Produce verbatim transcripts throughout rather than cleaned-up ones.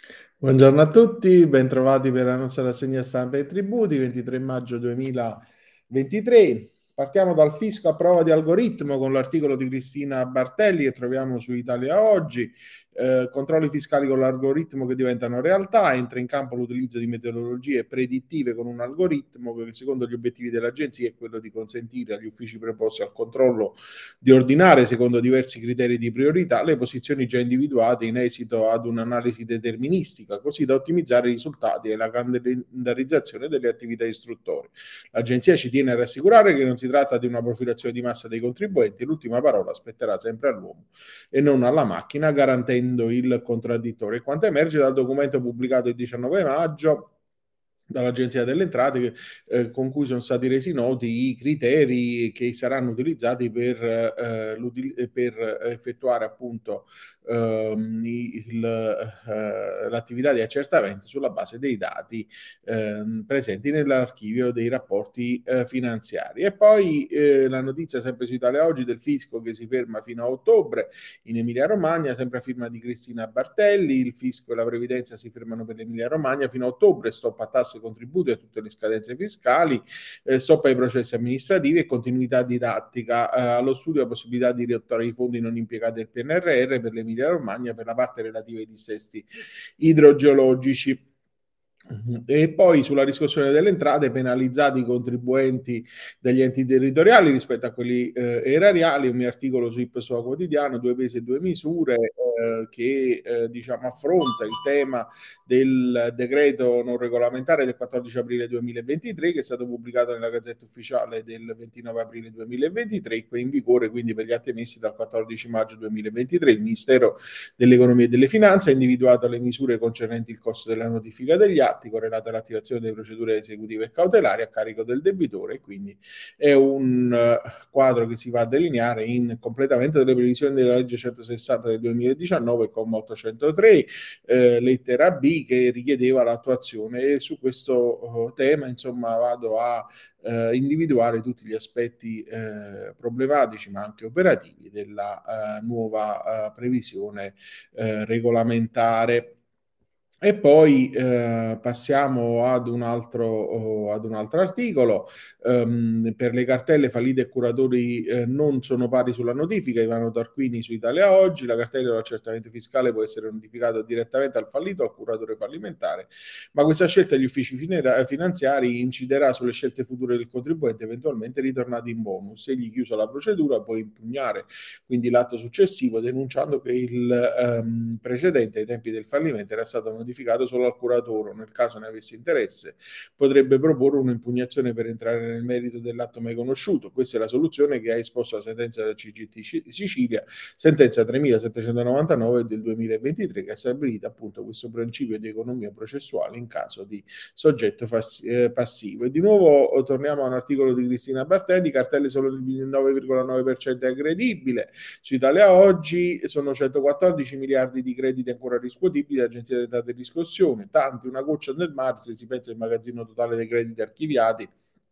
Buongiorno a tutti, bentrovati per la nostra rassegna stampa e tributi, ventitré maggio duemilaventitré. Partiamo dal fisco a prova di algoritmo con l'articolo di Cristina Bartelli che troviamo su Italia Oggi. Eh, controlli fiscali con l'algoritmo che diventano realtà, entra in campo l'utilizzo di metodologie predittive con un algoritmo che secondo gli obiettivi dell'agenzia è quello di consentire agli uffici preposti al controllo di ordinare secondo diversi criteri di priorità le posizioni già individuate in esito ad un'analisi deterministica, così da ottimizzare i risultati e la calendarizzazione delle attività istruttorie. L'agenzia ci tiene a rassicurare che non si tratta di una profilazione di massa dei contribuenti, l'ultima parola spetterà sempre all'uomo e non alla macchina, garantendo il contraddittorio. E quanto emerge dal documento pubblicato il diciannove maggio dall'Agenzia delle Entrate, eh, con cui sono stati resi noti i criteri che saranno utilizzati per, eh, per effettuare appunto ehm, il, eh, l'attività di accertamento sulla base dei dati ehm, presenti nell'archivio dei rapporti eh, finanziari. E poi eh, la notizia sempre su Italia Oggi del fisco che si ferma fino a ottobre in Emilia Romagna, sempre a firma di Cristina Bartelli. Il fisco e la previdenza si fermano per l'Emilia Romagna fino a ottobre, stop a tasse e contributi a tutte le scadenze fiscali, eh, stop ai processi amministrativi e continuità didattica. Eh, allo studio la possibilità di riottorare i fondi non impiegati del P N R R per l'Emilia Romagna per la parte relativa ai dissesti idrogeologici. E poi sulla riscossione delle entrate, penalizzati i contribuenti degli enti territoriali rispetto a quelli eh, erariali, un mio articolo su Ipsoa Quotidiano, due pesi e due misure, eh, che eh, diciamo affronta il tema del decreto non regolamentare del quattordici aprile duemilaventitré, che è stato pubblicato nella Gazzetta Ufficiale del ventinove aprile duemilaventitré, in vigore quindi per gli atti emessi dal quattordici maggio duemilaventitré. Il Ministero dell'Economia e delle Finanze ha individuato le misure concernenti il costo della notifica degli atti correlate all'attivazione delle procedure esecutive e cautelari a carico del debitore, e quindi è un uh, quadro che si va a delineare in completamento delle previsioni della legge centosessanta del duemiladiciannove, comma ottocentotre, eh, lettera B, che richiedeva l'attuazione. E su questo uh, tema insomma vado a Uh, individuare tutti gli aspetti uh, problematici ma anche operativi della uh, nuova uh, previsione uh, regolamentare. E poi eh, passiamo ad un altro, oh, ad un altro articolo. Um, per le cartelle fallite e curatori eh, non sono pari sulla notifica. Ivano Tarquini su Italia Oggi. La cartella dell'accertamento fiscale può essere notificata direttamente al fallito o al curatore fallimentare, ma questa scelta degli uffici finanziari inciderà sulle scelte future del contribuente, eventualmente ritornati in bonus. Egli chiusa la procedura può impugnare quindi l'atto successivo, denunciando che il um, precedente ai tempi del fallimento era stato notificato solo al curatore. Nel caso ne avesse interesse potrebbe proporre un'impugnazione per entrare nel merito dell'atto mai conosciuto. Questa è la soluzione che ha esposto la sentenza della C G T Sicilia, sentenza tremilasettecentonovantanove del duemilaventitré, che ha stabilito appunto questo principio di economia processuale in caso di soggetto passivo. E di nuovo torniamo a un articolo di Cristina Bartelli: cartelle solo il nove virgola nove per cento è aggredibile. Su Italia Oggi sono centoquattordici miliardi di crediti ancora riscuotibili dall'Agenzia delle Entrate e Riscossione, tanti una goccia nel mare se si pensa al magazzino totale dei crediti archiviati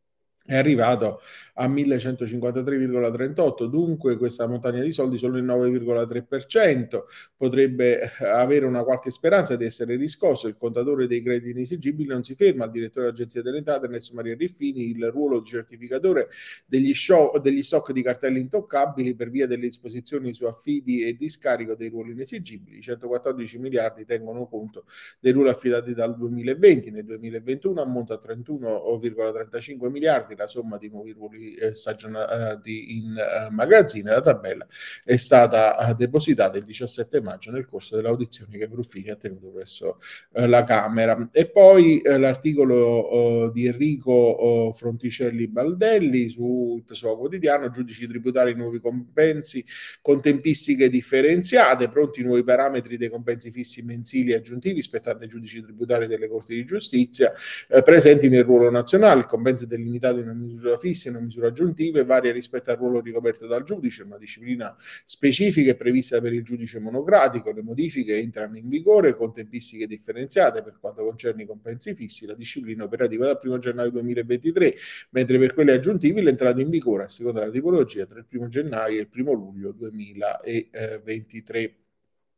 è arrivato a millecentocinquantatré virgola trentotto. Dunque questa montagna di soldi, solo il nove virgola tre per cento potrebbe avere una qualche speranza di essere riscosso. Il contatore dei crediti inesigibili non si ferma. Il direttore dell'Agenzia delle Entrate, Ernesto Maria Riffini, il ruolo di certificatore degli, show, degli stock di cartelli intoccabili per via delle disposizioni su affidi e discarico dei ruoli inesigibili. I centoquattordici miliardi tengono conto dei ruoli affidati dal duemilaventi. Nel duemilaventuno ammonta a trentuno virgola trentacinque miliardi la somma di nuovi ruoli eh, stagionati in eh, magazzino. La tabella è stata eh, depositata il diciassette maggio nel corso dell'audizione che Gruffini ha tenuto presso eh, la Camera. E poi eh, l'articolo eh, di Enrico eh, Fronticelli Baldelli su il Pessoa Quotidiano: giudici tributari, nuovi compensi con tempistiche differenziate, pronti nuovi parametri dei compensi fissi mensili aggiuntivi spettanti ai giudici tributari delle Corti di Giustizia eh, presenti nel ruolo nazionale. Il compenso è delimitato in una misura fissa e una misura aggiuntiva e varia rispetto al ruolo ricoperto dal giudice. Una disciplina specifica è prevista per il giudice monocratico. Le modifiche entrano in vigore con tempistiche differenziate per quanto concerne i compensi fissi. La disciplina operativa dal primo gennaio duemilaventitré, mentre per quelli aggiuntivi l'entrata in vigore a seconda della tipologia tra il primo gennaio e il primo luglio duemilaventitré.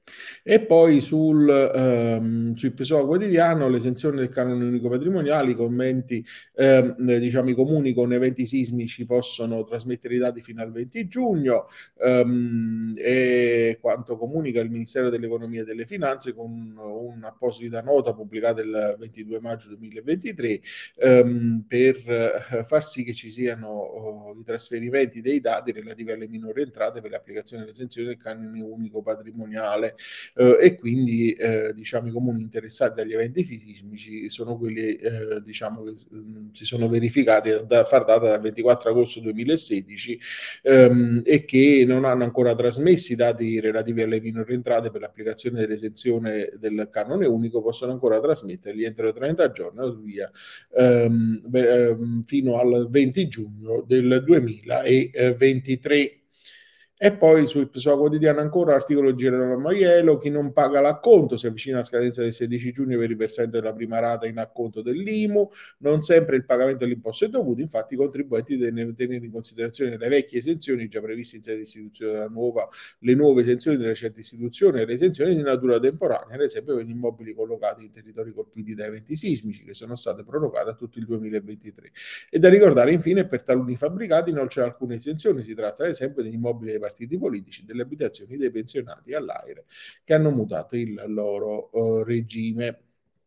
E poi sul, ehm, sul Pessoa Quotidiano l'esenzione del canone unico patrimoniale, i commenti, ehm, diciamo i comuni con eventi sismici possono trasmettere i dati fino al venti giugno, ehm, e quanto comunica il Ministero dell'Economia e delle Finanze con un'apposita nota pubblicata il ventidue maggio duemilaventitré, ehm, per eh, far sì che ci siano oh, i trasferimenti dei dati relativi alle minori entrate per l'applicazione dell'esenzione del canone unico patrimoniale. Eh, e quindi eh, diciamo i comuni interessati dagli eventi sismici sono quelli eh, diciamo che mh, si sono verificati da far data dal ventiquattro agosto duemilasedici, ehm, e che non hanno ancora trasmesso i dati relativi alle minori entrate per l'applicazione dell'esenzione del canone unico, possono ancora trasmetterli entro trenta giorni o via ehm, beh, ehm, fino al venti giugno del duemilaventitré. E poi sul suo quotidiano ancora articolo Girolamo Maiello, chi non paga l'acconto si avvicina alla scadenza del sedici giugno per il versamento della prima rata in acconto dell'I M U, non sempre il pagamento dell'imposto è dovuto, infatti i contribuenti devono tenere in considerazione le vecchie esenzioni già previste in sede di istituzione della nuova, le nuove esenzioni delle recenti istituzioni e le esenzioni di natura temporanea, ad esempio per gli immobili collocati in territori colpiti da eventi sismici che sono state prorogate a tutto il duemilaventitré. E da ricordare infine per taluni fabbricati non c'è alcuna esenzione, si tratta ad esempio degli immobili dei partiti politici, delle abitazioni dei pensionati all'AIRE che hanno mutato il loro uh, regime.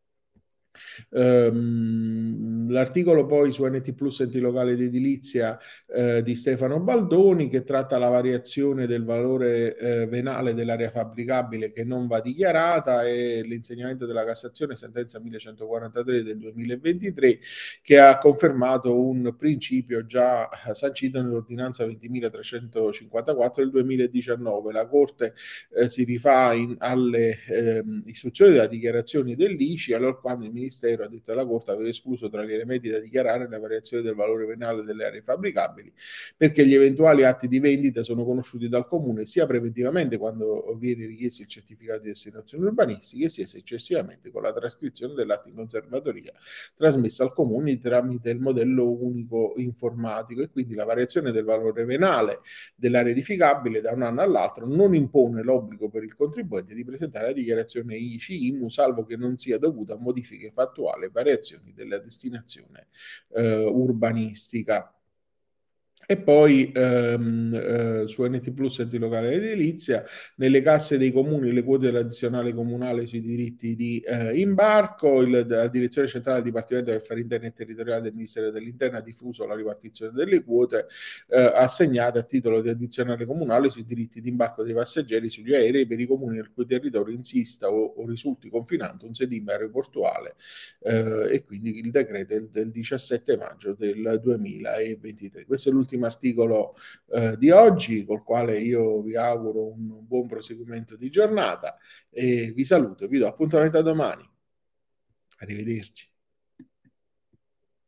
Um, l'articolo poi su N T Plus enti locali ed edilizia eh, di Stefano Baldoni che tratta la variazione del valore eh, venale dell'area fabbricabile che non va dichiarata e l'insegnamento della Cassazione sentenza millecentoquarantatré del duemilaventitré che ha confermato un principio già sancito nell'ordinanza ventimilatrecentocinquantaquattro del duemiladiciannove. La Corte eh, si rifà in, alle eh, istruzioni della dichiarazione dell'I C I allora quando il Ministero ha detto alla Corte aveva escluso tra gli elementi da dichiarare la variazione del valore venale delle aree fabbricabili perché gli eventuali atti di vendita sono conosciuti dal Comune sia preventivamente quando viene richiesto il certificato di destinazione urbanistica sia successivamente con la trascrizione dell'atto in conservatoria trasmessa al Comune tramite il modello unico informatico e quindi la variazione del valore venale dell'area edificabile da un anno all'altro non impone l'obbligo per il contribuente di presentare la dichiarazione I C I I M U salvo che non sia dovuta a modifiche fattuali e variazioni della destinazione eh, urbanistica. E poi ehm, eh, su N T Plus enti locale edilizia, nelle casse dei comuni le quote dell'addizionale comunale sui diritti di eh, imbarco, il, la direzione centrale del Dipartimento degli Affari Interni e Territoriali del Ministero dell'Interno ha diffuso la ripartizione delle quote eh, assegnate a titolo di addizionale comunale sui diritti di imbarco dei passeggeri sugli aerei per i comuni nel cui territorio insista o, o risulti confinante un sedime aeroportuale eh, e quindi il decreto è del diciassette maggio del duemilaventitré. Questo è l'ultimo articolo eh, di oggi, col quale io vi auguro un buon proseguimento di giornata e vi saluto, vi do appuntamento a domani. Arrivederci.